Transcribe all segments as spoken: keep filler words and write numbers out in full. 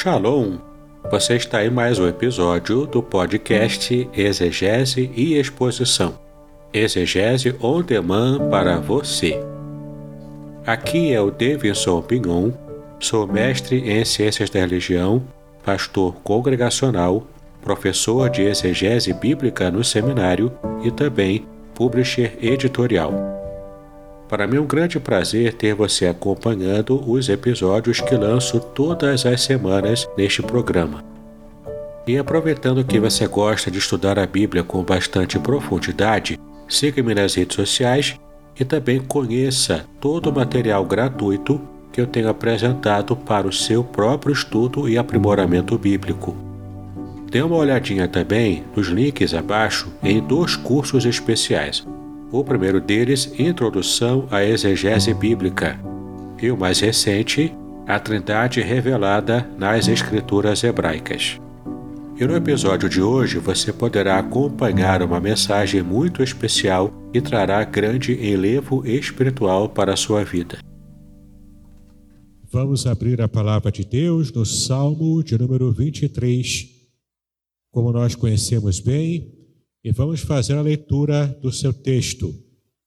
Shalom! Você está em mais um episódio do podcast Exegese e Exposição. Exegese on demand para você. Aqui é o Davidson Pignon, sou mestre em Ciências da Religião, pastor congregacional, professor de exegese bíblica no seminário e também publisher editorial. Para mim é um grande prazer ter você acompanhando os episódios que lanço todas as semanas neste programa. E aproveitando que você gosta de estudar a Bíblia com bastante profundidade, siga-me nas redes sociais e também conheça todo o material gratuito que eu tenho apresentado para o seu próprio estudo e aprimoramento bíblico. Dê uma olhadinha também nos links abaixo em dois cursos especiais. O primeiro deles, Introdução à Exegese Bíblica, e o mais recente, A Trindade Revelada nas Escrituras Hebraicas. E no episódio de hoje você poderá acompanhar uma mensagem muito especial que trará grande enlevo espiritual para a sua vida. Vamos abrir a palavra de Deus no Salmo de número vinte e três, como nós conhecemos bem, e vamos fazer a leitura do seu texto.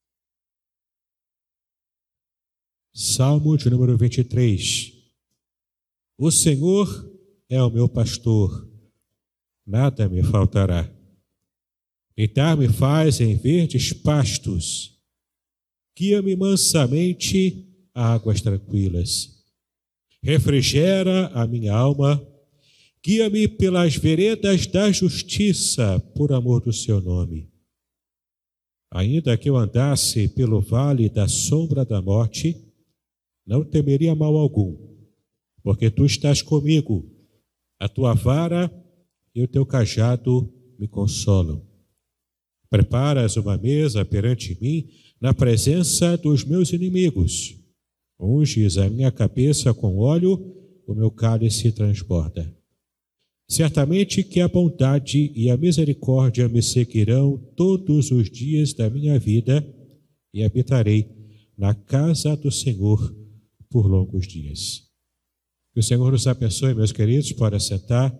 Salmo de número vinte e três. O Senhor é o meu pastor, nada me faltará. Deitar-me faz em verdes pastos, guia-me mansamente a águas tranquilas. Refrigera a minha alma, guia-me pelas veredas da justiça, por amor do seu nome. Ainda que eu andasse pelo vale da sombra da morte, não temeria mal algum, porque tu estás comigo, a tua vara e o teu cajado me consolam. Preparas uma mesa perante mim na presença dos meus inimigos. Unges a minha cabeça com óleo, o meu cálice transborda. Certamente que a bondade e a misericórdia me seguirão todos os dias da minha vida e habitarei na casa do Senhor por longos dias. Que o Senhor nos abençoe, meus queridos, pode sentar.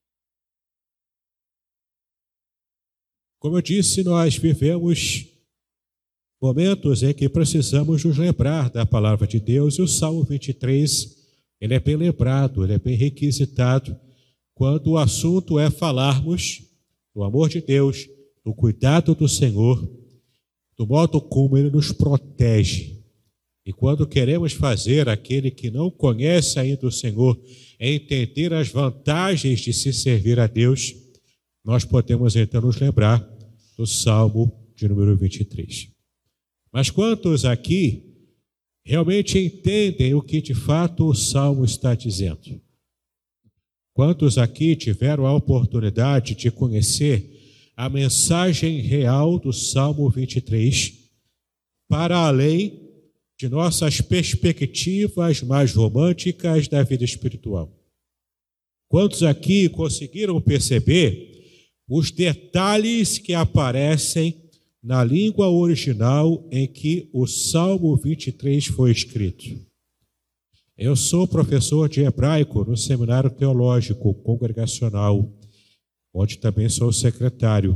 Como eu disse, nós vivemos momentos em que precisamos nos lembrar da palavra de Deus, e o Salmo vinte e três, ele é bem lembrado, ele é bem requisitado, quando o assunto é falarmos do amor de Deus, do cuidado do Senhor, do modo como Ele nos protege. E quando queremos fazer aquele que não conhece ainda o Senhor entender as vantagens de se servir a Deus, nós podemos então nos lembrar do Salmo de número vinte e três. Mas quantos aqui realmente entendem o que de fato o Salmo está dizendo? Quantos aqui tiveram a oportunidade de conhecer a mensagem real do Salmo vinte e três, para além de nossas perspectivas mais românticas da vida espiritual? Quantos aqui conseguiram perceber os detalhes que aparecem na língua original em que o Salmo vinte e três foi escrito? Eu sou professor de hebraico no Seminário Teológico Congregacional, onde também sou secretário.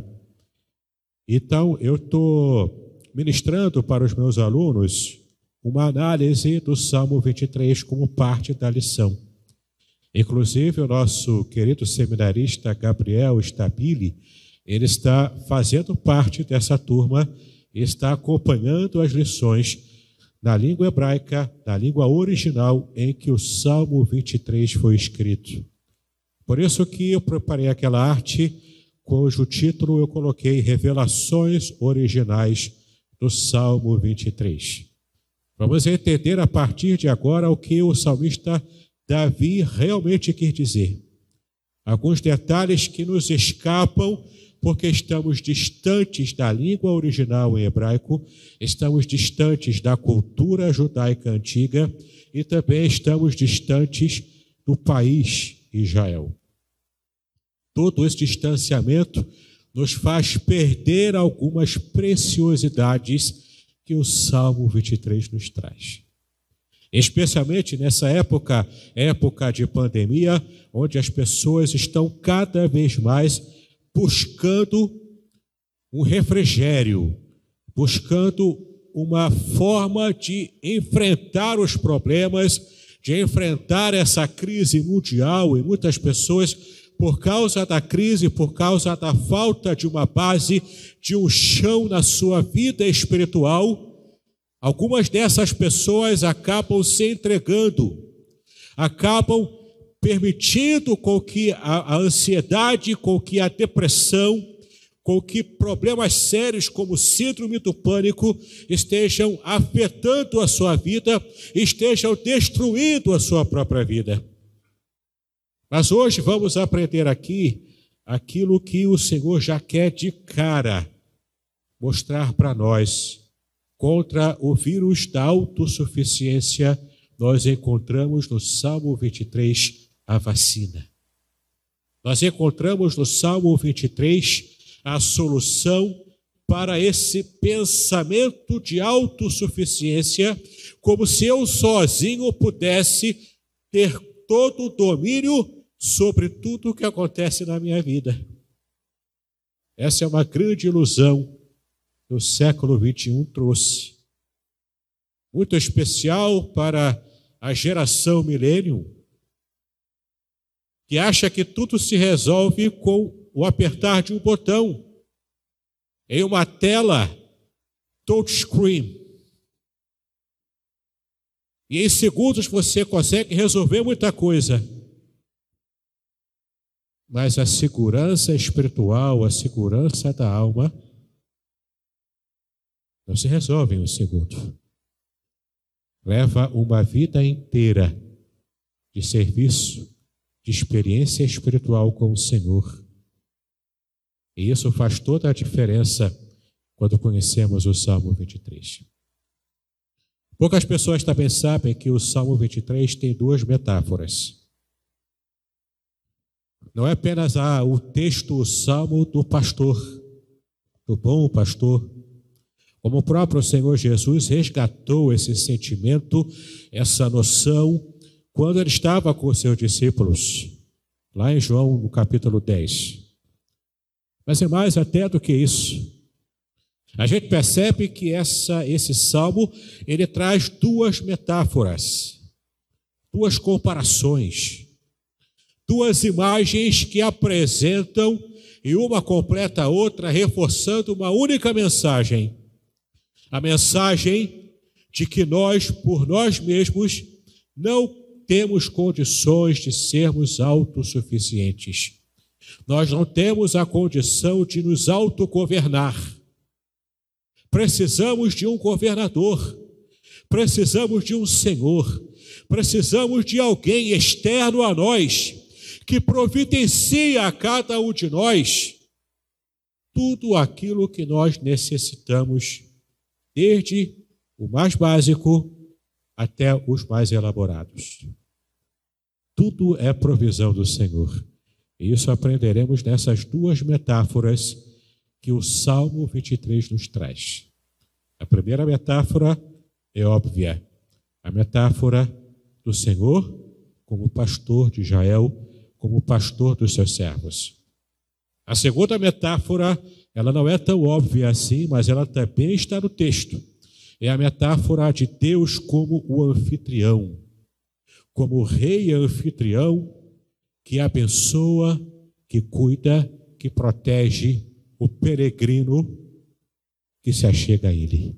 Então, eu estou ministrando para os meus alunos uma análise do Salmo vinte e três como parte da lição. Inclusive, o nosso querido seminarista Gabriel Stabile, ele está fazendo parte dessa turma e está acompanhando as lições na língua hebraica, na língua original em que o Salmo vinte e três foi escrito. Por isso que eu preparei aquela arte, cujo título eu coloquei Revelações Originais do Salmo vinte e três. Vamos entender a partir de agora o que o salmista Davi realmente quis dizer. Alguns detalhes que nos escapam porque estamos distantes da língua original em hebraico, estamos distantes da cultura judaica antiga e também estamos distantes do país Israel. Todo esse distanciamento nos faz perder algumas preciosidades que o Salmo vinte e três nos traz. especialmente nessa época, época de pandemia, onde as pessoas estão cada vez mais buscando um refrigério, buscando uma forma de enfrentar os problemas, de enfrentar essa crise mundial, e muitas pessoas, por causa da crise, por causa da falta de uma base, de um chão na sua vida espiritual, algumas dessas pessoas acabam se entregando, acabam permitindo com que a, a ansiedade, com que a depressão, com que problemas sérios como síndrome do pânico estejam afetando a sua vida, estejam destruindo a sua própria vida. Mas hoje vamos aprender aqui aquilo que o Senhor já quer de cara mostrar para nós. Contra o vírus da autossuficiência, nós encontramos no Salmo vinte e três a vacina. Nós encontramos no Salmo vinte e três a solução para esse pensamento de autossuficiência, como se eu sozinho pudesse ter todo o domínio sobre tudo o que acontece na minha vida. Essa é uma grande ilusão que o século vinte e um trouxe. Muito especial para a geração millennium, que acha que tudo se resolve com o apertar de um botão em uma tela touchscreen. E em segundos você consegue resolver muita coisa. Mas a segurança espiritual, a segurança da alma, não se resolve em um segundo. Leva uma vida inteira de serviço, de experiência espiritual com o Senhor. E isso faz toda a diferença quando conhecemos o Salmo vinte e três. Poucas pessoas também sabem que o Salmo vinte e três tem duas metáforas. Não é apenas ah, o texto, o Salmo do pastor, do bom pastor, como o próprio Senhor Jesus resgatou esse sentimento, essa noção, quando ele estava com os seus discípulos, lá em João, no capítulo dez. Mas é mais até do que isso. A gente percebe que essa, esse salmo, ele traz duas metáforas, duas comparações, duas imagens que apresentam, e uma completa a outra, reforçando uma única mensagem. A mensagem de que nós, por nós mesmos, não temos condições de sermos autossuficientes. Nós não temos a condição de nos autogovernar. Precisamos de um governador, precisamos de um Senhor, precisamos de alguém externo a nós, que providencia a cada um de nós tudo aquilo que nós necessitamos, desde o mais básico até os mais elaborados. Tudo é provisão do Senhor. E isso aprenderemos nessas duas metáforas que o Salmo vinte e três nos traz. A primeira metáfora é óbvia. A metáfora do Senhor como pastor de Israel, como pastor dos seus servos. A segunda metáfora, ela não é tão óbvia assim, mas ela também está no texto. É a metáfora de Deus como o anfitrião, como o rei anfitrião que abençoa, que cuida, que protege o peregrino que se achega a ele.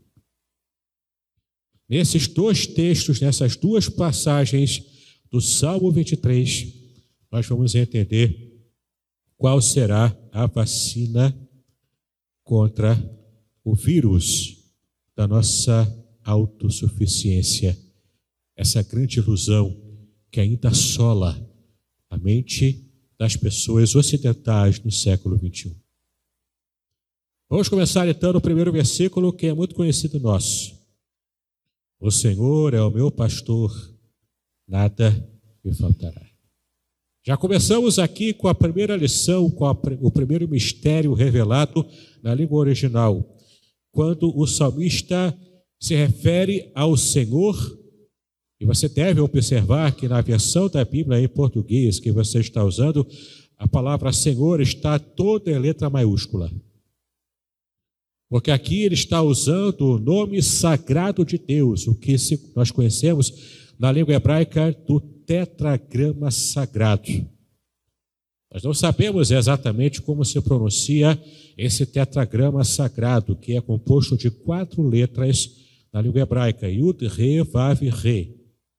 Nesses dois textos, nessas duas passagens do Salmo vinte e três, nós vamos entender qual será a vacina contra o vírus da nossa autossuficiência, essa grande ilusão que ainda assola a mente das pessoas ocidentais no século vinte e um. Vamos começar então no primeiro versículo, que é muito conhecido nosso. O Senhor é o meu pastor, nada me faltará. Já começamos aqui com a primeira lição, com a, o primeiro mistério revelado na língua original, quando o salmista se refere ao Senhor E você deve observar que na versão da Bíblia em português que você está usando, a palavra Senhor está toda em letra maiúscula. Porque aqui ele está usando o nome sagrado de Deus, o que nós conhecemos na língua hebraica do tetragrama sagrado. Nós não sabemos exatamente como se pronuncia esse tetragrama sagrado, que é composto de quatro letras na língua hebraica, Yud, Re, Vav, Re.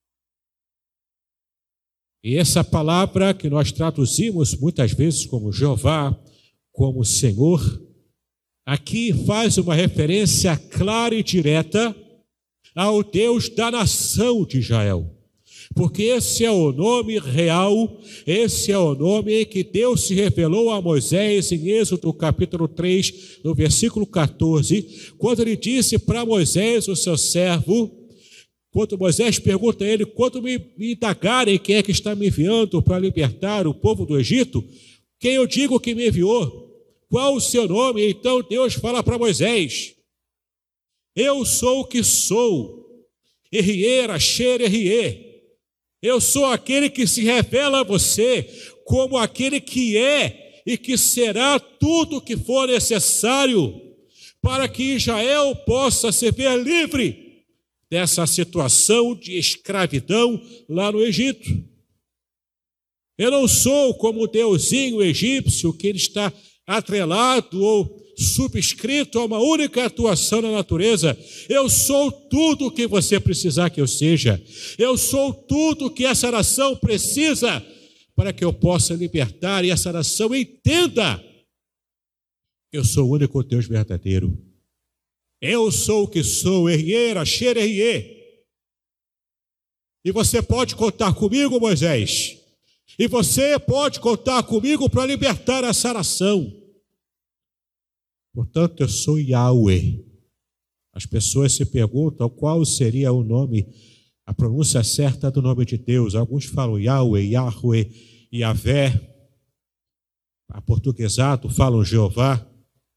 E essa palavra que nós traduzimos muitas vezes como Jeová, como Senhor, aqui faz uma referência clara e direta ao Deus da nação de Israel. Porque esse é o nome real, esse é o nome que Deus se revelou a Moisés em Êxodo capítulo três, no versículo quatorze, quando ele disse para Moisés, o seu servo, quando Moisés pergunta a ele, quando me, me indagarem quem é que está me enviando para libertar o povo do Egito, quem eu digo que me enviou? Qual o seu nome? Então Deus fala para Moisés, eu sou o que sou, Erriê, Asher, Erriê. Eu sou aquele que se revela a você como aquele que é e que será tudo o que for necessário para que Israel possa se ver livre dessa situação de escravidão lá no Egito. Eu não sou como o deusinho egípcio que ele está atrelado ou subscrito a uma única atuação na natureza. Eu sou tudo o que você precisar que eu seja. Eu sou tudo o que essa nação precisa para que eu possa libertar e essa nação entenda. Eu sou o único Deus verdadeiro. Eu sou o que sou, Erriê, Asher, Erriê. E você pode contar comigo, Moisés. E você pode contar comigo para libertar essa nação. Portanto, eu sou Yahweh. As pessoas se perguntam qual seria o nome, a pronúncia certa do nome de Deus. Alguns falam Yahweh, Yahweh, Yahvé. Aportuguesado falam Jeová.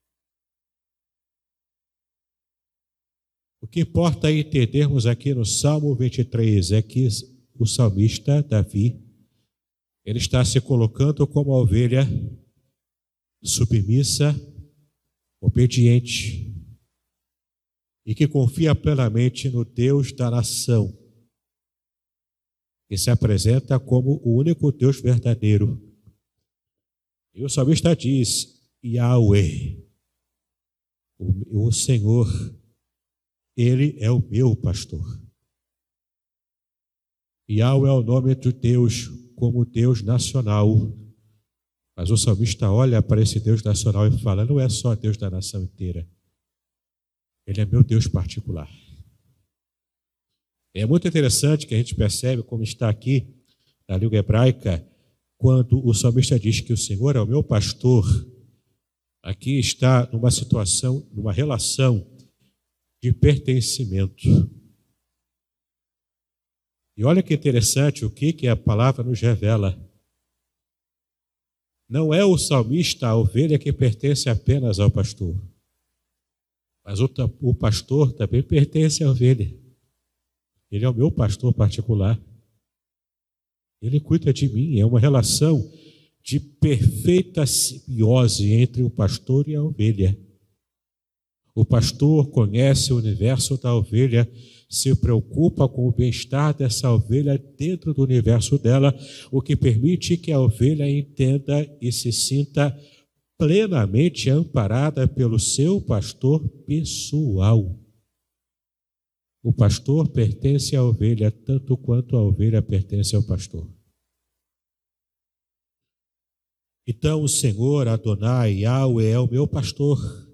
O que importa entendermos aqui no Salmo vinte e três é que o salmista Davi, ele está se colocando como a ovelha submissa, obediente e que confia plenamente no Deus da nação, que se apresenta como o único Deus verdadeiro. E o salmista diz, Yahweh, o, o Senhor, Ele é o meu pastor. Yahweh é o nome de Deus como Deus nacional. Mas o salmista olha para esse Deus nacional e fala, não é só Deus da nação inteira. Ele é meu Deus particular. É muito interessante que a gente percebe como está aqui na língua hebraica, quando o salmista diz que o Senhor é o meu pastor. Aqui está numa situação, numa relação de pertencimento. E olha que interessante o que, que a palavra nos revela. Não é o salmista a ovelha que pertence apenas ao pastor, mas o, o pastor também pertence à ovelha. Ele é o meu pastor particular. Ele cuida de mim. É uma relação de perfeita simbiose entre o pastor e a ovelha. O pastor conhece o universo da ovelha, se preocupa com o bem-estar dessa ovelha dentro do universo dela, o que permite que a ovelha entenda e se sinta plenamente amparada pelo seu pastor pessoal. O pastor pertence à ovelha tanto quanto a ovelha pertence ao pastor. Então o Senhor, Adonai, Yahweh, é o meu pastor.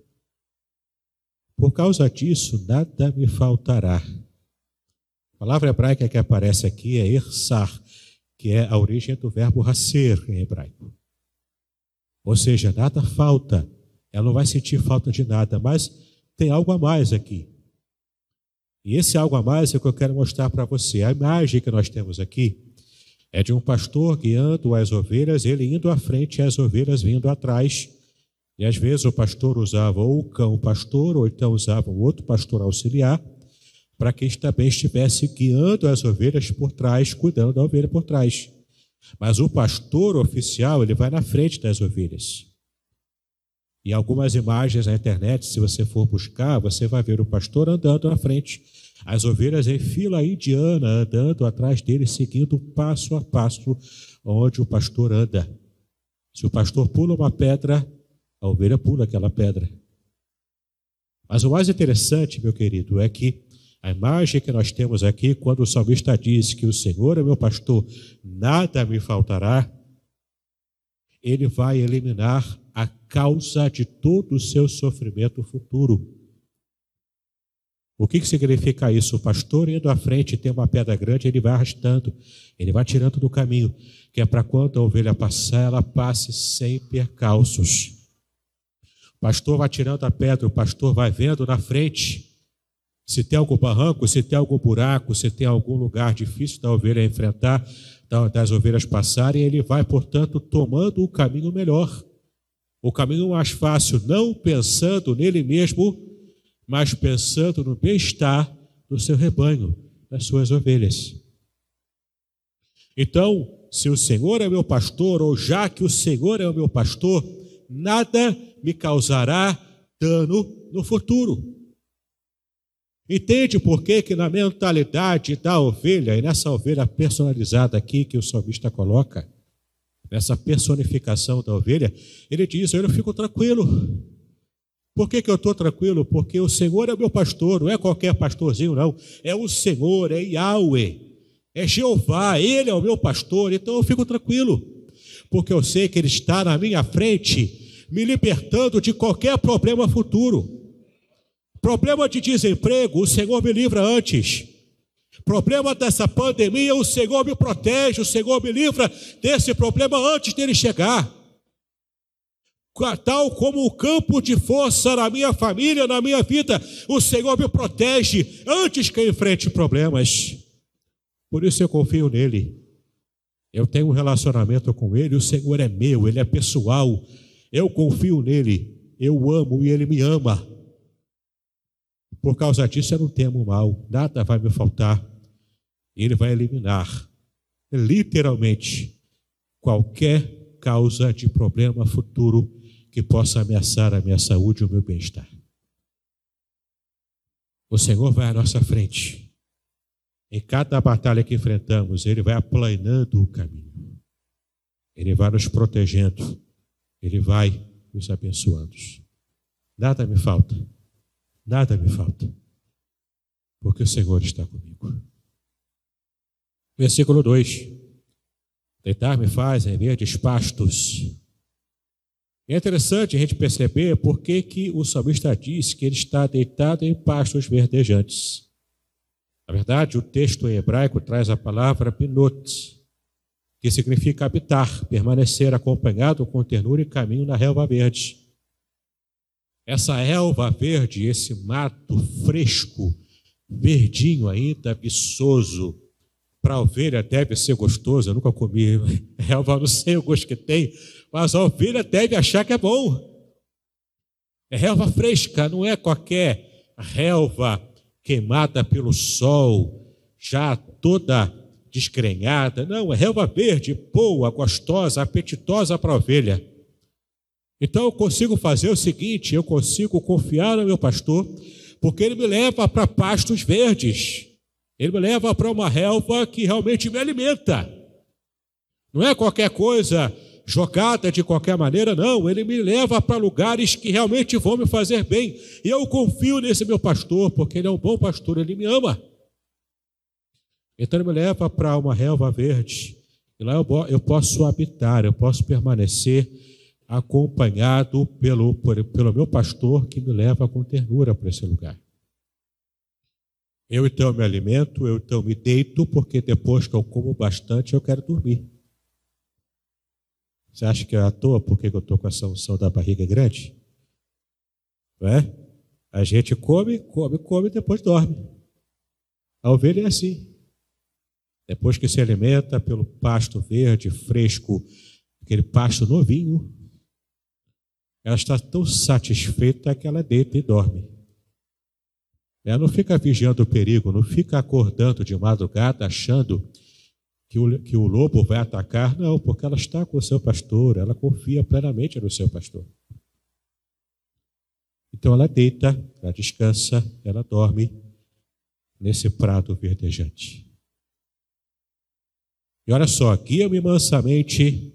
Por causa disso, nada me faltará. A palavra hebraica que aparece aqui é ersar, que é a origem do verbo haser em hebraico. Ou seja, nada falta. Ela não vai sentir falta de nada, mas tem algo a mais aqui. E esse algo a mais é o que eu quero mostrar para você. A imagem que nós temos aqui é de um pastor guiando as ovelhas, ele indo à frente e as ovelhas vindo atrás. E às vezes o pastor usava ou o cão pastor, ou então usava um outro pastor auxiliar, para que também estivesse guiando as ovelhas por trás, cuidando da ovelha por trás. Mas o pastor oficial, ele vai na frente das ovelhas. E algumas imagens na internet, se você for buscar, você vai ver o pastor andando na frente, as ovelhas em fila indiana andando atrás dele, seguindo passo a passo onde o pastor anda. Se o pastor pula uma pedra, a ovelha pula aquela pedra. Mas o mais interessante, meu querido, é que a imagem que nós temos aqui, quando o salmista diz que o Senhor é meu pastor, nada me faltará, ele vai eliminar a causa de todo o seu sofrimento futuro. O que, que significa isso? O pastor indo à frente, tem uma pedra grande, ele vai arrastando, ele vai tirando do caminho, que é para quando a ovelha passar, ela passe sem percalços. O pastor vai tirando a pedra, o pastor vai vendo na frente se tem algum barranco, se tem algum buraco, se tem algum lugar difícil da ovelha enfrentar, das ovelhas passarem, ele vai, portanto, tomando o caminho melhor, o caminho mais fácil, não pensando nele mesmo, mas pensando no bem-estar do seu rebanho, das suas ovelhas. Então, se o Senhor é meu pastor, ou já que o Senhor é o meu pastor, nada me causará dano no futuro. Entende por que que na mentalidade da ovelha, e nessa ovelha personalizada aqui que o salmista coloca, nessa personificação da ovelha, ele diz, eu fico tranquilo. Por que que eu estou tranquilo? Porque o Senhor é meu pastor, não é qualquer pastorzinho não, é o Senhor, é Yahweh, é Jeová, Ele é o meu pastor, então eu fico tranquilo, porque eu sei que Ele está na minha frente, me libertando de qualquer problema futuro. Problema de desemprego, o Senhor me livra antes. Problema dessa pandemia, o Senhor me protege, o Senhor me livra desse problema antes dele chegar. Tal como o campo de força na minha família, na minha vida, o Senhor me protege antes que eu enfrente problemas. Por isso eu confio nele. Eu tenho um relacionamento com ele, o Senhor é meu, ele é pessoal. Eu confio nele, eu amo e ele me ama. Por causa disso eu não temo mal, nada vai me faltar. Ele vai eliminar, literalmente, qualquer causa de problema futuro que possa ameaçar a minha saúde e o meu bem-estar. O Senhor vai à nossa frente. Em cada batalha que enfrentamos, Ele vai aplanando o caminho. Ele vai nos protegendo. Ele vai nos abençoando. Nada me falta. Nada me falta, porque o Senhor está comigo. Versículo dois. Deitar-me faz em verdes pastos. É interessante a gente perceber por que que o salmista diz que ele está deitado em pastos verdejantes. Na verdade, o texto em hebraico traz a palavra pinot, que significa habitar, permanecer acompanhado com ternura e caminho na relva verde. Essa relva verde, esse mato fresco, verdinho ainda, viçoso, para a ovelha deve ser gostoso. Eu nunca comi relva, não sei o gosto que tem, mas a ovelha deve achar que é bom. É relva fresca, não é qualquer relva queimada pelo sol, já toda desgrenhada. Não, é relva verde, boa, gostosa, apetitosa para a ovelha. Então eu consigo fazer o seguinte, eu consigo confiar no meu pastor, porque ele me leva para pastos verdes, ele me leva para uma relva que realmente me alimenta. Não é qualquer coisa jogada de qualquer maneira, não, ele me leva para lugares que realmente vão me fazer bem, e eu confio nesse meu pastor, porque ele é um bom pastor, ele me ama. Então ele me leva para uma relva verde, e lá eu, eu posso habitar, eu posso permanecer acompanhado pelo, por, pelo meu pastor, que me leva com ternura para esse lugar. Eu então me alimento, eu então me deito, porque depois que eu como bastante, eu quero dormir. Você acha que é à toa porque eu estou com essa unção da barriga grande? Não é? A gente come, come, come e depois dorme. A ovelha é assim. Depois que se alimenta pelo pasto verde, fresco, aquele pasto novinho, ela está tão satisfeita que ela deita e dorme. Ela não fica vigiando o perigo, não fica acordando de madrugada achando que o, que o lobo vai atacar. Não, porque ela está com o seu pastor, ela confia plenamente no seu pastor. Então ela deita, ela descansa, ela dorme nesse prato verdejante. E olha só, guia-me mansamente.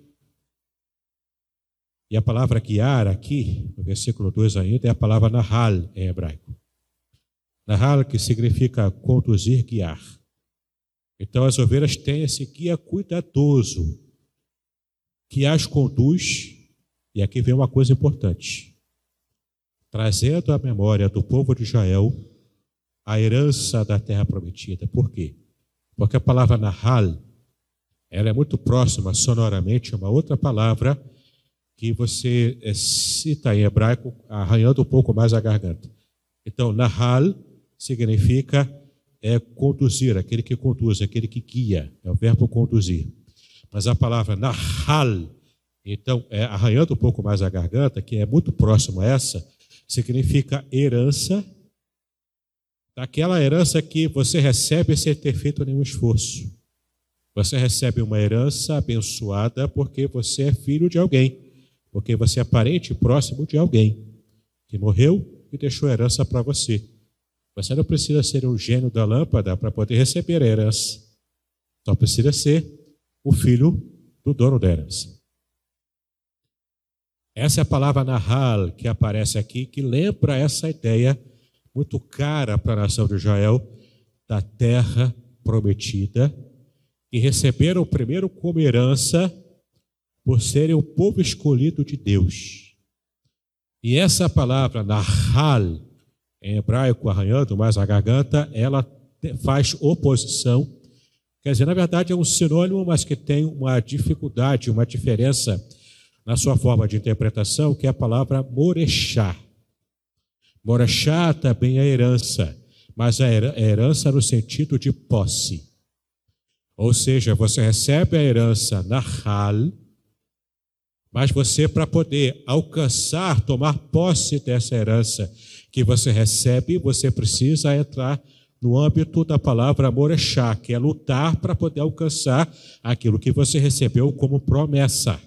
E a palavra guiar aqui, no versículo dois ainda, é a palavra nahal em hebraico. Nahal, que significa conduzir, guiar. Então as ovelhas têm esse guia cuidadoso, que as conduz, e aqui vem uma coisa importante, trazendo à memória do povo de Israel a herança da terra prometida. Por quê? Porque a palavra nahal, ela é muito próxima sonoramente a uma outra palavra que você cita em hebraico, arranhando um pouco mais a garganta. Então, nahal significa é, conduzir, aquele que conduz, aquele que guia, é o verbo conduzir. Mas a palavra nahal, então, é, arranhando um pouco mais a garganta, que é muito próximo a essa, significa herança, daquela herança que você recebe sem ter feito nenhum esforço. Você recebe uma herança abençoada porque você é filho de alguém, porque você é parente próximo de alguém que morreu e deixou a herança para você. Você não precisa ser um gênio da lâmpada para poder receber a herança. Só precisa ser o filho do dono da herança. Essa é a palavra nahal que aparece aqui, que lembra essa ideia muito cara para a nação de Israel, da terra prometida, e receberam primeiro como herança por serem o povo escolhido de Deus. E essa palavra nahal, em hebraico, arranhando mais a garganta, ela faz oposição. Quer dizer, na verdade é um sinônimo, mas que tem uma dificuldade, uma diferença na sua forma de interpretação, que é a palavra morechá. Morechá também é herança, mas é herança no sentido de posse. Ou seja, você recebe a herança nahal, mas você, para poder alcançar, tomar posse dessa herança que você recebe, você precisa entrar no âmbito da palavra morechá, que é lutar para poder alcançar aquilo que você recebeu como promessa.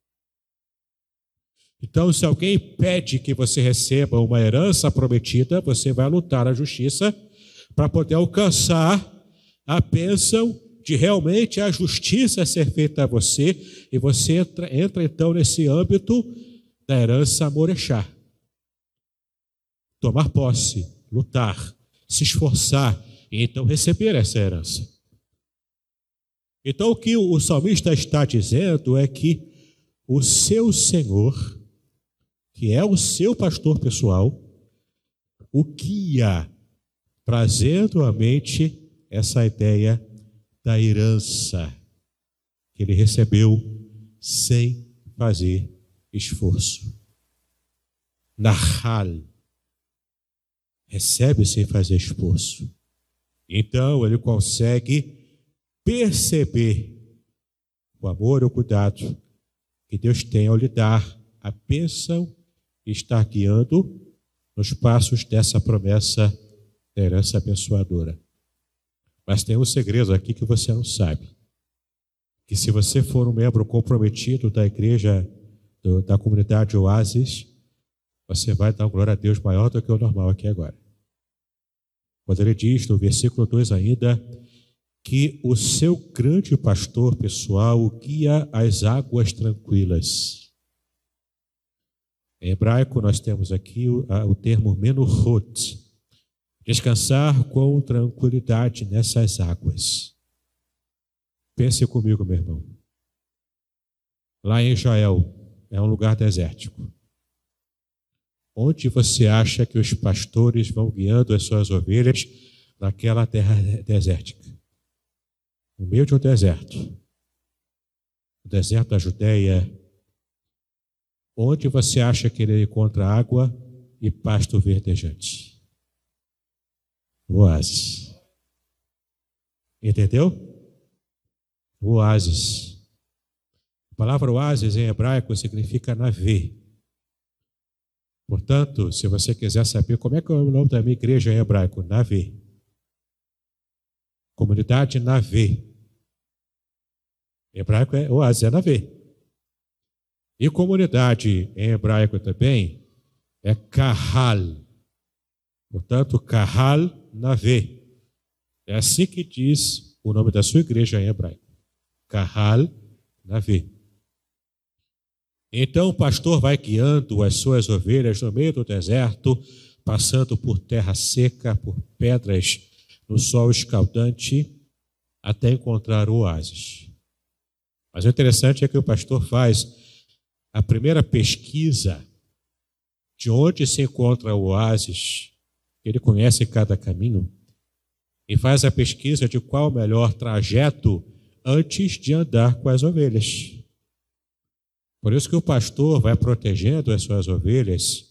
Então, se alguém pede que você receba uma herança prometida, você vai lutar na justiça para poder alcançar a bênção de realmente a justiça ser feita a você, e você entra, entra então nesse âmbito da herança morechá. Tomar posse, lutar, se esforçar e então receber essa herança. Então o que o salmista está dizendo é que o seu Senhor, que é o seu pastor pessoal, o guia, trazendo à mente essa ideia da herança que ele recebeu sem fazer esforço. Nahal, recebe sem fazer esforço. Então ele consegue perceber o amor e o cuidado que Deus tem ao lhe dar a bênção e estar guiando nos passos dessa promessa da herança abençoadora. Mas tem um segredo aqui que você não sabe. Que se você for um membro comprometido da igreja, do, da comunidade Oásis, você vai dar uma glória a Deus maior do que o normal aqui agora. Quando ele diz, no versículo dois ainda, que o seu grande pastor pessoal guia as águas tranquilas. Em hebraico nós temos aqui o, a, o termo menuhot, descansar com tranquilidade nessas águas. Pense comigo, meu irmão. Lá em Israel, é um lugar desértico. Onde você acha que os pastores vão guiando as suas ovelhas naquela terra desértica? No meio de um deserto. O deserto da Judeia. Onde você acha que ele encontra água e pasto verdejante? Oásis. Entendeu? Oásis. A palavra oásis em hebraico significa navê. Portanto, se você quiser saber como é que é o nome da minha igreja em hebraico, Navê. Comunidade Navê. Em hebraico é Oásis, é Navê. E comunidade em hebraico também é Kahal. Portanto, Kahal Navê. É assim que diz o nome da sua igreja em hebraico. Kahal Navê. Então o pastor vai guiando as suas ovelhas no meio do deserto, passando por terra seca, por pedras no sol escaldante, até encontrar o oásis. Mas o interessante é que o pastor faz a primeira pesquisa de onde se encontra o oásis, ele conhece cada caminho, e faz a pesquisa de qual o melhor trajeto antes de andar com as ovelhas. Por isso que o pastor vai protegendo as suas ovelhas,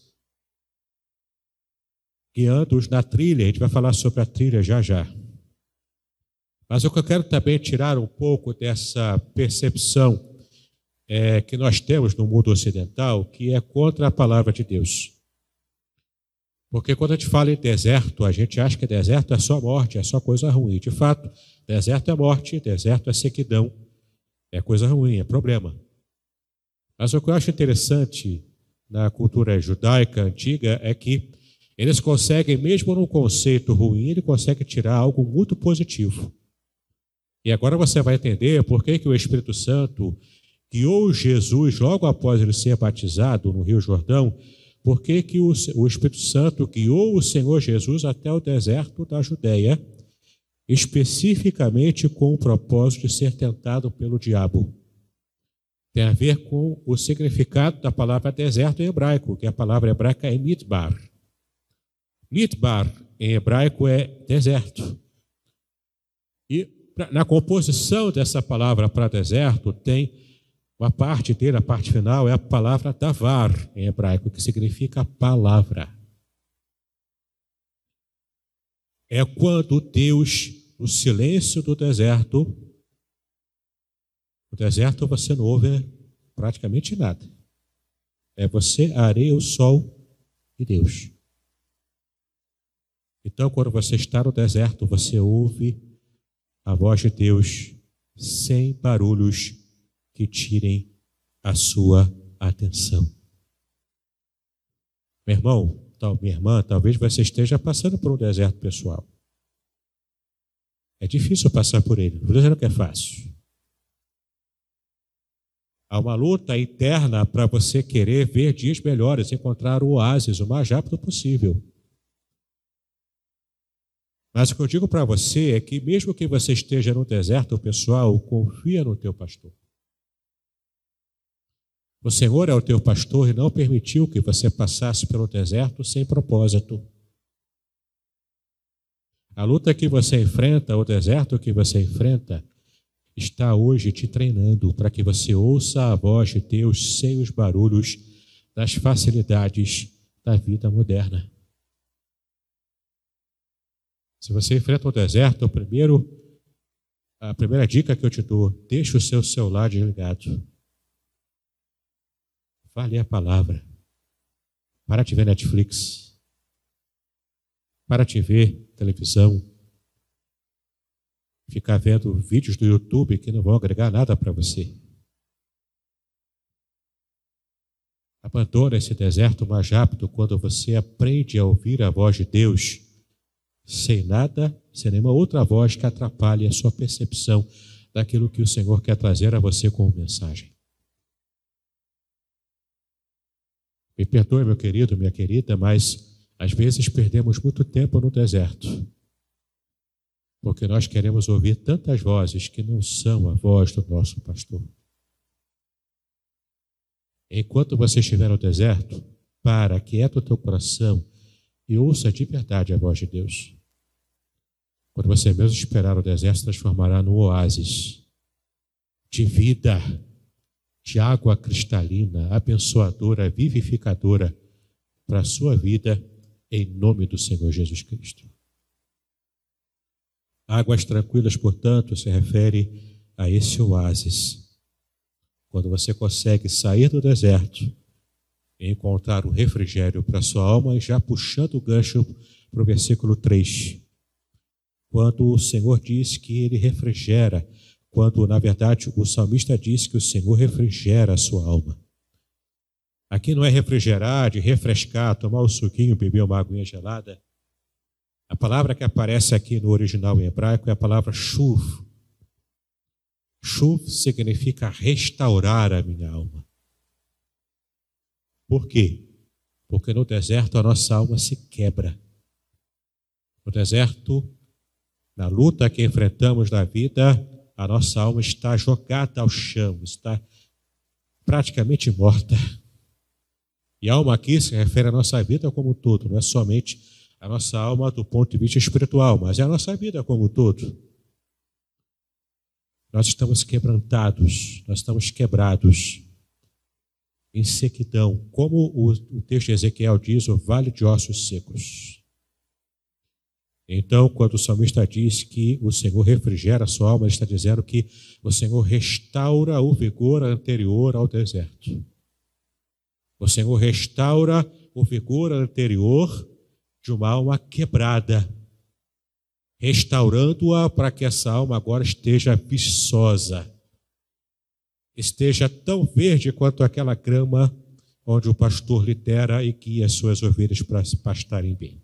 guiando-os na trilha. A gente vai falar sobre a trilha já já. Mas o que eu quero também tirar um pouco dessa percepção é, que nós temos no mundo ocidental, que é contra a palavra de Deus. Porque quando a gente fala em deserto, a gente acha que deserto é só morte, é só coisa ruim. De fato, deserto é morte, deserto é sequidão, é coisa ruim, é problema. Mas o que eu acho interessante na cultura judaica antiga é que eles conseguem, mesmo num conceito ruim, ele consegue tirar algo muito positivo. E agora você vai entender por que, que o Espírito Santo guiou Jesus logo após ele ser batizado no Rio Jordão, por que, que o, o Espírito Santo guiou o Senhor Jesus até o deserto da Judéia, especificamente com o propósito de ser tentado pelo diabo. Tem a ver com o significado da palavra deserto em hebraico, que a palavra hebraica é midbar. Midbar, em hebraico, é deserto. E na composição dessa palavra para deserto, tem uma parte dele, a parte final, é a palavra davar, em hebraico, que significa palavra. É quando Deus, no silêncio do deserto, no deserto você não ouve praticamente nada. É você, a areia, o sol e Deus. Então, quando você está no deserto, você ouve a voz de Deus sem barulhos que tirem a sua atenção. Meu irmão, tal, minha irmã, talvez você esteja passando por um deserto pessoal. É difícil passar por ele, não estou dizendo que é fácil. Há uma luta interna para você querer ver dias melhores, encontrar o oásis o mais rápido possível. Mas o que eu digo para você é que mesmo que você esteja no deserto pessoal, confia no teu pastor. O Senhor é o teu pastor e não permitiu que você passasse pelo deserto sem propósito. A luta que você enfrenta, o deserto que você enfrenta, está hoje te treinando para que você ouça a voz de Deus sem os barulhos das facilidades da vida moderna. Se você enfrenta o deserto, o primeiro, a primeira dica que eu te dou, deixe o seu celular desligado. Vá ler a palavra. Para de ver Netflix. Para de ver televisão. Ficar vendo vídeos do YouTube que não vão agregar nada para você. Abandona esse deserto mais rápido quando você aprende a ouvir a voz de Deus sem nada, sem nenhuma outra voz que atrapalhe a sua percepção daquilo que o Senhor quer trazer a você como mensagem. Me perdoe, meu querido, minha querida, mas às vezes perdemos muito tempo no deserto, porque nós queremos ouvir tantas vozes que não são a voz do nosso pastor. Enquanto você estiver no deserto, para, aquieta o teu coração e ouça de verdade a voz de Deus. Quando você mesmo esperar, o deserto se transformará num oásis de vida, de água cristalina, abençoadora, vivificadora para a sua vida, em nome do Senhor Jesus Cristo. Águas tranquilas, portanto, se refere a esse oásis. Quando você consegue sair do deserto encontrar o refrigério para a sua alma, e já puxando o gancho para o versículo três, quando o Senhor diz que ele refrigera, quando na verdade o salmista diz que o Senhor refrigera a sua alma. Aqui não é refrigerar, de refrescar, tomar o suquinho, beber uma aguinha gelada. A palavra que aparece aqui no original em hebraico é a palavra shuv. Shuv significa restaurar a minha alma. Por quê? Porque no deserto a nossa alma se quebra. No deserto, na luta que enfrentamos na vida, a nossa alma está jogada ao chão, está praticamente morta. E a alma aqui se refere à nossa vida como um todo, não é somente a nossa alma do ponto de vista espiritual, mas é a nossa vida como um todo. Nós estamos quebrantados, nós estamos quebrados, em sequidão, como o, o texto de Ezequiel diz, o vale de ossos secos. Então, quando o salmista diz que o Senhor refrigera a sua alma, ele está dizendo que o Senhor restaura o vigor anterior ao deserto. O Senhor restaura o vigor anterior de uma alma quebrada, restaurando-a para que essa alma agora esteja viçosa, esteja tão verde quanto aquela grama onde o pastor lidera e guia as suas ovelhas para se pastarem bem.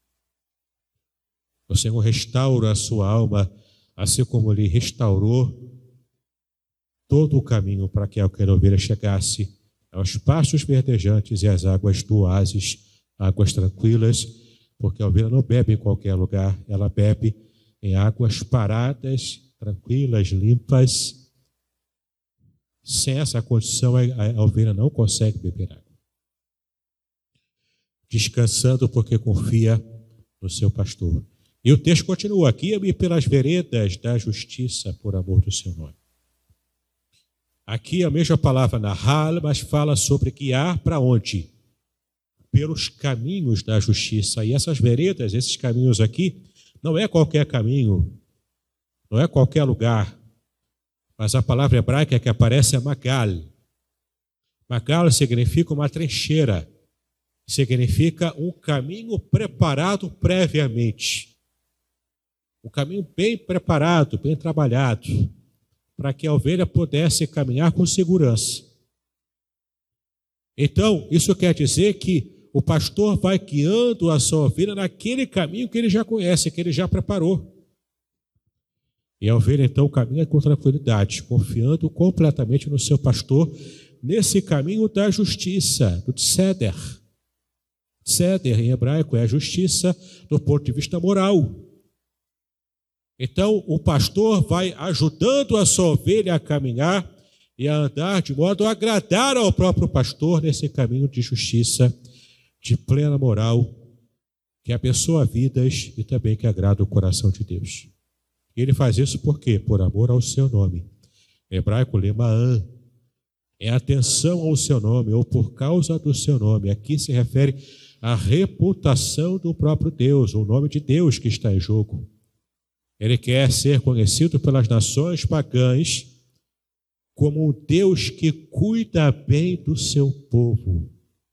O Senhor restaura a sua alma, assim como Ele restaurou todo o caminho para que aquela ovelha chegasse aos pastos verdejantes e às águas do oásis, águas tranquilas, porque a ovelha não bebe em qualquer lugar, ela bebe em águas paradas, tranquilas, limpas. Sem essa condição, a ovelha não consegue beber água. Descansando porque confia no seu pastor. E o texto continua: guia-me pelas veredas da justiça por amor do seu nome. Aqui a mesma palavra nahal, mas fala sobre guiar para onde? Pelos caminhos da justiça. E essas veredas, esses caminhos aqui, não é qualquer caminho, não é qualquer lugar, mas a palavra hebraica que aparece é magal. Magal significa uma trincheira, significa um caminho preparado previamente. Um caminho bem preparado, bem trabalhado, para que a ovelha pudesse caminhar com segurança. Então, isso quer dizer que o pastor vai guiando a sua ovelha naquele caminho que ele já conhece, que ele já preparou. E a ovelha, então, caminha com tranquilidade, confiando completamente no seu pastor, nesse caminho da justiça, do tzeder. Tzeder, em hebraico, é a justiça do ponto de vista moral. Então, o pastor vai ajudando a sua ovelha a caminhar e a andar de modo a agradar ao próprio pastor nesse caminho de justiça, de plena moral, que abençoa vidas e também que agrada o coração de Deus. E ele faz isso por quê? Por amor ao seu nome. Em hebraico, lema'an, é atenção ao seu nome, ou por causa do seu nome. Aqui se refere à reputação do próprio Deus, o nome de Deus que está em jogo. Ele quer ser conhecido pelas nações pagãs como um Deus que cuida bem do seu povo.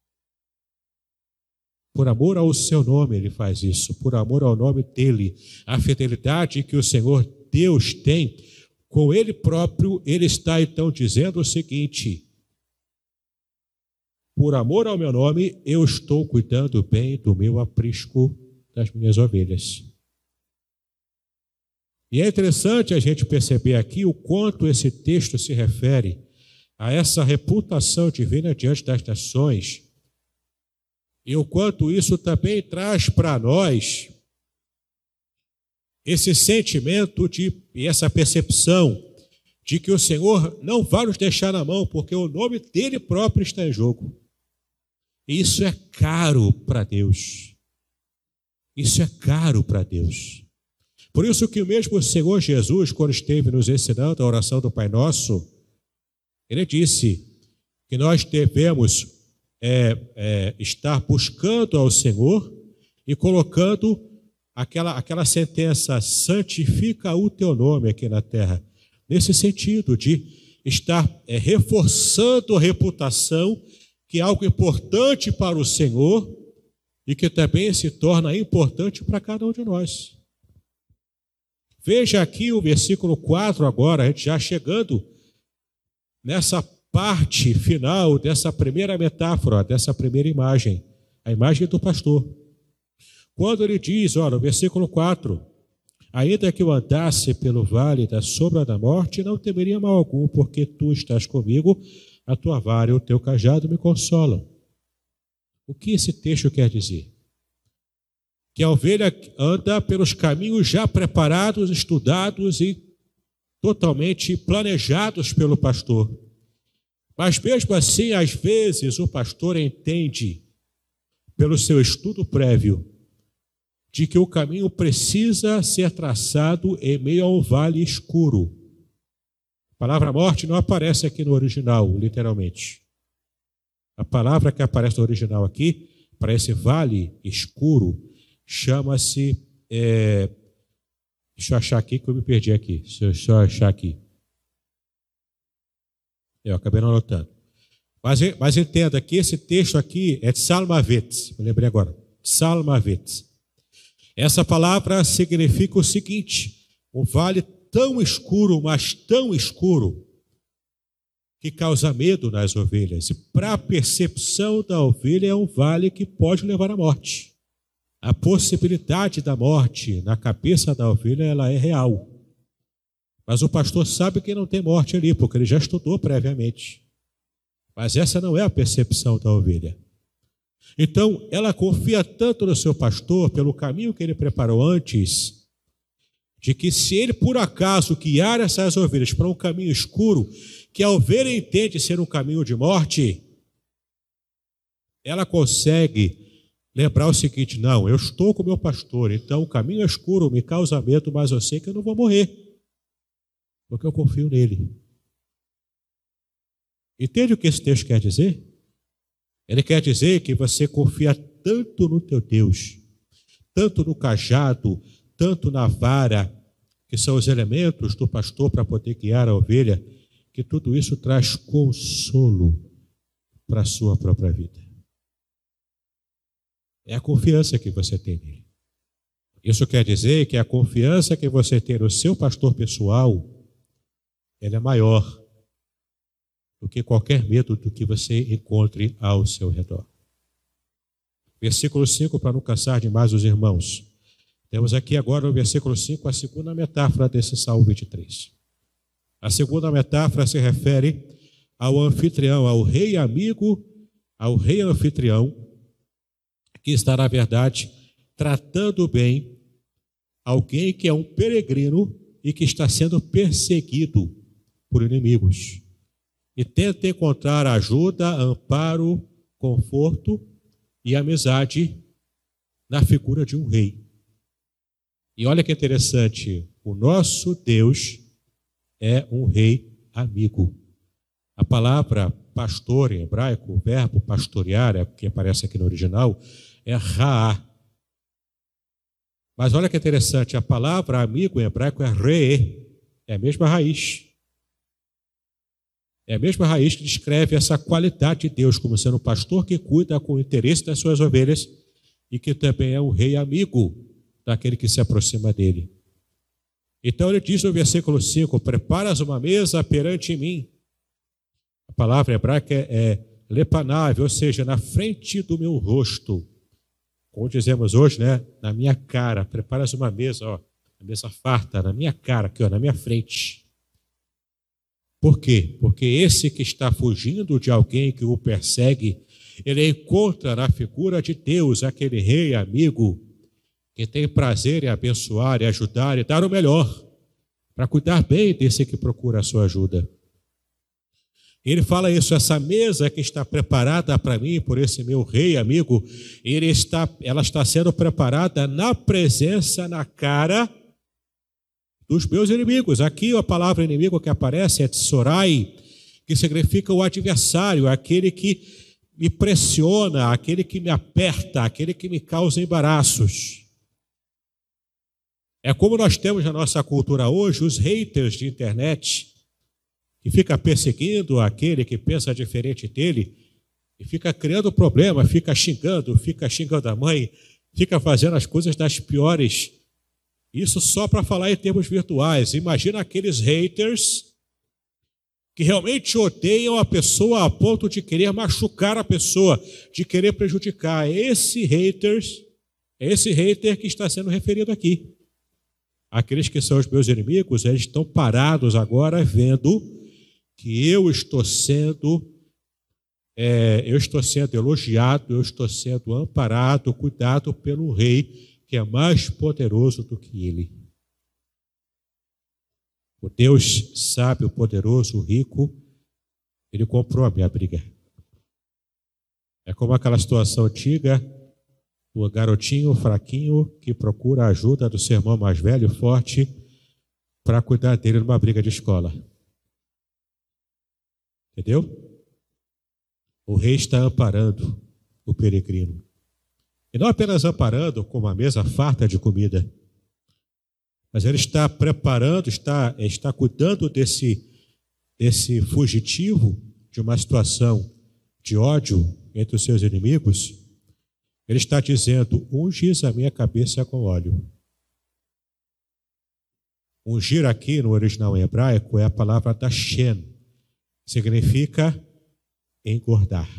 Por amor ao seu nome ele faz isso, por amor ao nome dele. A fidelidade que o Senhor Deus tem com ele próprio, ele está então dizendo o seguinte: por amor ao meu nome, eu estou cuidando bem do meu aprisco, das minhas ovelhas. E é interessante a gente perceber aqui o quanto esse texto se refere a essa reputação divina diante das nações e o quanto isso também traz para nós esse sentimento de, e essa percepção de que o Senhor não vai nos deixar na mão, porque o nome dele próprio está em jogo. E isso é caro para Deus. Isso é caro para Deus. Por isso que o mesmo Senhor Jesus, quando esteve nos ensinando a oração do Pai Nosso, ele disse que nós devemos é, é, estar buscando ao Senhor e colocando aquela, aquela sentença, santifica o teu nome aqui na terra, nesse sentido de estar é, reforçando a reputação que é algo importante para o Senhor e que também se torna importante para cada um de nós. Veja aqui o versículo quatro agora, a gente já chegando nessa parte final dessa primeira metáfora, dessa primeira imagem, a imagem do pastor. Quando ele diz, olha, no versículo quatro, ainda que eu andasse pelo vale da sombra da morte, não temeria mal algum, porque tu estás comigo, a tua vara e o teu cajado me consolam. O que esse texto quer dizer? Que a ovelha anda pelos caminhos já preparados, estudados e totalmente planejados pelo pastor. Mas mesmo assim, às vezes, o pastor entende, pelo seu estudo prévio, de que o caminho precisa ser traçado em meio a um vale escuro. A palavra morte não aparece aqui no original, literalmente. A palavra que aparece no original aqui, para esse vale escuro, chama-se... É, deixa eu achar aqui que eu me perdi aqui. Deixa eu só achar aqui. Eu acabei não anotando. Mas, mas entenda que esse texto aqui é Tsalmavet. Me lembrei agora. Tsalmavet. Essa palavra significa o seguinte: um vale tão escuro, mas tão escuro, que causa medo nas ovelhas. E para a percepção da ovelha é um vale que pode levar à morte. A possibilidade da morte na cabeça da ovelha, ela é real. Mas o pastor sabe que não tem morte ali, porque ele já estudou previamente. Mas essa não é a percepção da ovelha. Então, ela confia tanto no seu pastor, pelo caminho que ele preparou antes, de que se ele, por acaso, guiar essas ovelhas para um caminho escuro, que a ovelha entende ser um caminho de morte, ela consegue lembrar o seguinte: não, eu estou com o meu pastor, então o caminho é escuro, me causa medo, mas eu sei que eu não vou morrer, porque eu confio nele. Entende o que esse texto quer dizer? Ele quer dizer que você confia tanto no teu Deus, tanto no cajado, tanto na vara, que são os elementos do pastor para poder guiar a ovelha, que tudo isso traz consolo para a sua própria vida. É a confiança que você tem nele. Isso quer dizer que a confiança que você tem no seu pastor pessoal, ela é maior do que qualquer medo do que você encontre ao seu redor. Versículo cinco, para não cansar demais os irmãos. Temos aqui agora no versículo cinco a segunda metáfora desse Salmo vinte e três. A segunda metáfora se refere ao anfitrião, ao rei amigo, ao rei anfitrião, que está, na verdade, tratando bem alguém que é um peregrino e que está sendo perseguido por inimigos. E tenta encontrar ajuda, amparo, conforto e amizade na figura de um rei. E olha que interessante, o nosso Deus é um rei amigo. A palavra pastor em hebraico, o verbo pastorear, é que aparece aqui no original, é raá. Mas olha que interessante, a palavra amigo em hebraico é re, é a mesma raiz. É a mesma raiz que descreve essa qualidade de Deus como sendo um pastor que cuida com o interesse das suas ovelhas e que também é um rei amigo daquele que se aproxima dele. Então ele diz no versículo cinco, preparas uma mesa perante mim. A palavra hebraica é, é lepanave, ou seja, na frente do meu rosto. Como dizemos hoje, né? Na minha cara, preparas uma mesa, ó, a mesa farta, na minha cara, aqui, ó, na minha frente. Por quê? Porque esse que está fugindo de alguém que o persegue, ele encontra na figura de Deus, aquele rei amigo, que tem prazer em abençoar, e ajudar e dar o melhor, para cuidar bem desse que procura a sua ajuda. Ele fala isso, essa mesa que está preparada para mim, por esse meu rei amigo, ele está, ela está sendo preparada na presença, na cara dos meus inimigos. Aqui a palavra inimigo que aparece é tsorai, que significa o adversário, aquele que me pressiona, aquele que me aperta, aquele que me causa embaraços. É como nós temos na nossa cultura hoje os haters de internet, que fica perseguindo aquele que pensa diferente dele, e fica criando problema, fica xingando, fica xingando a mãe, fica fazendo as coisas das piores. Isso só para falar em termos virtuais. Imagina aqueles haters que realmente odeiam a pessoa a ponto de querer machucar a pessoa, de querer prejudicar. Esse haters, é esse hater que está sendo referido aqui. Aqueles que são os meus inimigos, eles estão parados agora vendo que eu estou sendo, é, eu estou sendo elogiado, eu estou sendo amparado, cuidado pelo rei, que é mais poderoso do que ele. O Deus sábio, poderoso, rico, ele comprou a minha briga. É como aquela situação antiga, o garotinho fraquinho que procura a ajuda do seu irmão mais velho e forte para cuidar dele numa briga de escola. Entendeu? O rei está amparando o peregrino. E não apenas amparando com uma mesa farta de comida, mas ele está preparando, está, está cuidando desse, desse fugitivo de uma situação de ódio entre os seus inimigos. Ele está dizendo, ungis a minha cabeça com óleo. Ungir aqui no original em hebraico é a palavra dashen, significa engordar.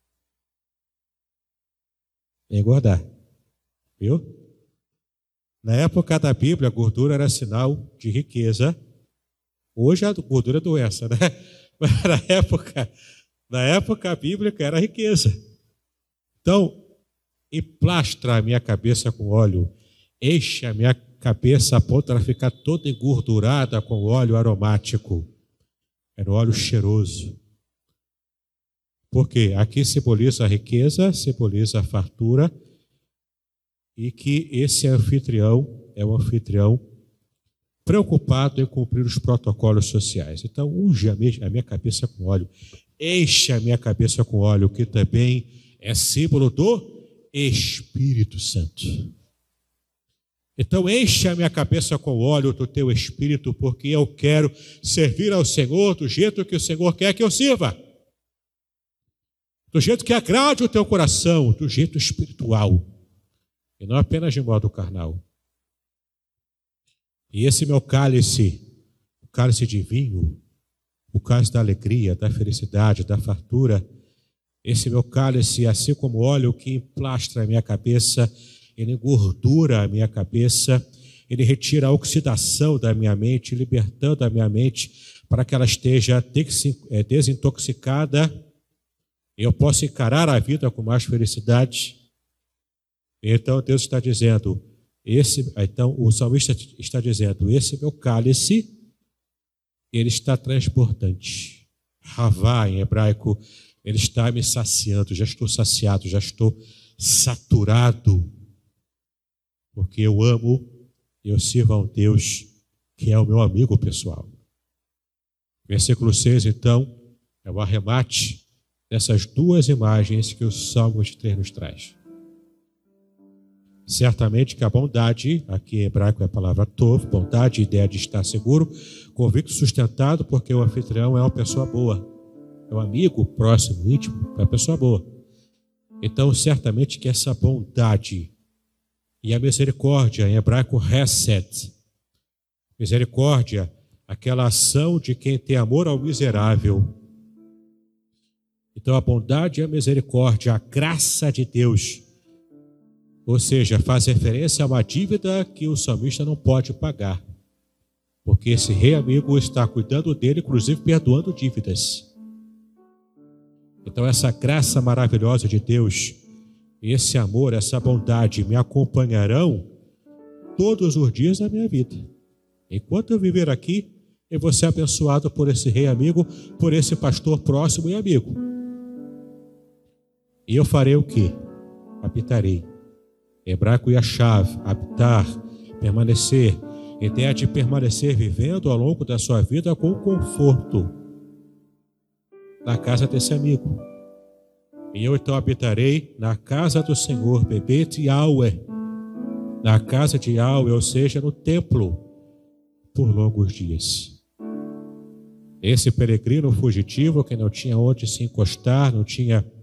Engordar. Viu? Na época da Bíblia, a gordura era sinal de riqueza. Hoje a gordura é doença, né? Mas na época, na época bíblica era riqueza. Então, emplastra a minha cabeça com óleo, enche a minha cabeça a ponto de ela ficar toda engordurada com óleo aromático. Era um óleo cheiroso. Porque aqui simboliza a riqueza, simboliza a fartura, e que esse anfitrião é um anfitrião preocupado em cumprir os protocolos sociais. Então, unge a minha cabeça com óleo, enche a minha cabeça com óleo, que também é símbolo do Espírito Santo. Então, enche a minha cabeça com óleo do teu Espírito, porque eu quero servir ao Senhor do jeito que o Senhor quer que eu sirva. Do jeito que agrade o teu coração, do jeito espiritual, e não apenas de modo carnal. E esse meu cálice, o cálice de vinho, o cálice da alegria, da felicidade, da fartura, esse meu cálice, assim como óleo que emplastra a minha cabeça, ele engordura a minha cabeça, ele retira a oxidação da minha mente, libertando a minha mente para que ela esteja desintoxicada e eu possa encarar a vida com mais felicidade. Então Deus está dizendo, esse, então o salmista está dizendo, esse meu cálice, ele está transbordante. Ravá, em hebraico, ele está me saciando, já estou saciado, já estou saturado, porque eu amo, eu sirvo a um Deus que é o meu amigo pessoal. Versículo seis, então, é o arremate dessas duas imagens que o Salmo vinte e três nos traz. Certamente que a bondade, aqui em hebraico é a palavra tov, bondade, ideia de estar seguro, convicto, sustentado, porque o anfitrião é uma pessoa boa, é um amigo próximo, íntimo, é uma pessoa boa. Então, certamente que essa bondade e a misericórdia, em hebraico, hesed, misericórdia, aquela ação de quem tem amor ao miserável. Então, a bondade e a misericórdia, a graça de Deus, ou seja, faz referência a uma dívida que o salmista não pode pagar, porque esse rei amigo está cuidando dele, inclusive perdoando dívidas. Então essa graça maravilhosa de Deus, esse amor, essa bondade me acompanharão todos os dias da minha vida. Enquanto eu viver aqui, eu vou ser abençoado por esse rei amigo, por esse pastor próximo e amigo. E eu farei o quê? Habitarei. Hebraico yashav, habitar, permanecer, ideia de permanecer vivendo ao longo da sua vida com conforto na casa desse amigo. E eu então habitarei na casa do Senhor, bebet Yahweh, na casa de Yahweh, ou seja, no templo, por longos dias. Esse peregrino fugitivo que não tinha onde se encostar, não tinha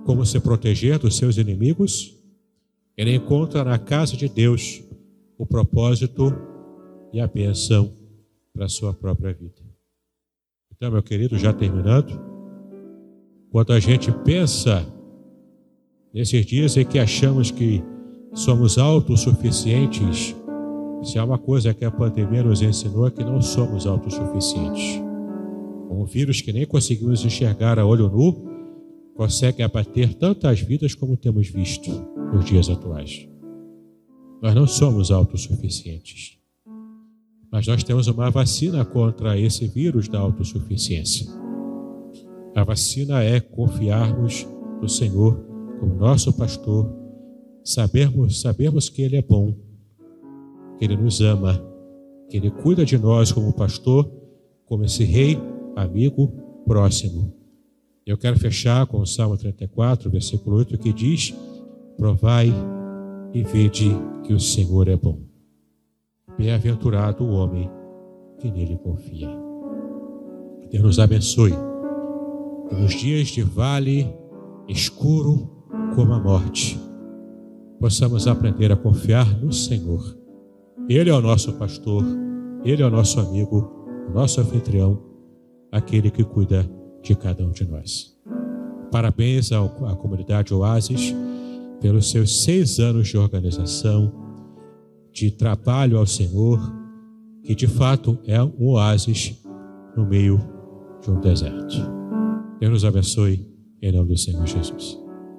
como se proteger dos seus inimigos, ele encontra na casa de Deus o propósito e a bênção para a sua própria vida. Então, meu querido, já terminando, quando a gente pensa nesses dias em que achamos que somos autossuficientes, se há uma coisa que a pandemia nos ensinou é que não somos autossuficientes. Um vírus que nem conseguimos enxergar a olho nu consegue abater tantas vidas como temos visto nos dias atuais. Nós não somos autossuficientes, mas nós temos uma vacina contra esse vírus da autossuficiência. A vacina é confiarmos no Senhor como nosso pastor, sabermos, sabermos que Ele é bom, que Ele nos ama, que Ele cuida de nós como pastor, como esse rei, amigo, próximo. Eu quero fechar com o Salmo trinta e quatro, versículo oito, que diz: provai e vede que o Senhor é bom. Bem-aventurado o homem que nele confia. Que Deus nos abençoe. Que nos dias de vale escuro como a morte, possamos aprender a confiar no Senhor. Ele é o nosso pastor, Ele é o nosso amigo, o nosso anfitrião, aquele que cuida de cada um de nós. Parabéns ao, à comunidade Oásis pelos seus seis anos de organização, de trabalho ao Senhor, que de fato é um oásis no meio de um deserto. Deus nos abençoe, em nome do Senhor Jesus.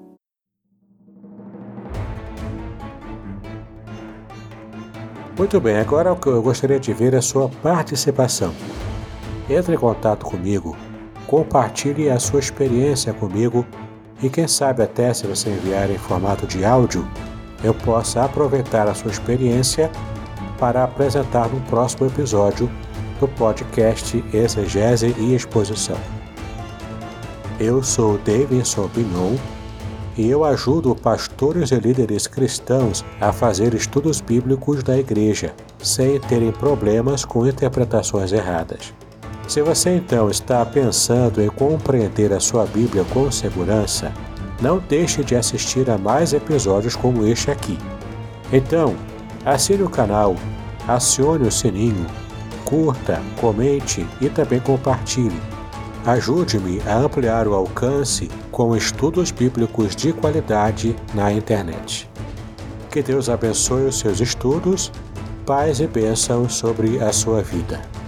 Muito bem, agora o que eu gostaria de ver é a sua participação. Entre em contato comigo, compartilhe a sua experiência comigo e quem sabe até se você enviar em formato de áudio, eu possa aproveitar a sua experiência para apresentar no próximo episódio do podcast Exegese e Exposição. Eu sou Davidson Bignon e eu ajudo pastores e líderes cristãos a fazer estudos bíblicos da igreja, sem terem problemas com interpretações erradas. Se você então está pensando em compreender a sua Bíblia com segurança, não deixe de assistir a mais episódios como este aqui. Então, assine o canal, acione o sininho, curta, comente e também compartilhe. Ajude-me a ampliar o alcance com estudos bíblicos de qualidade na internet. Que Deus abençoe os seus estudos, paz e bênção sobre a sua vida.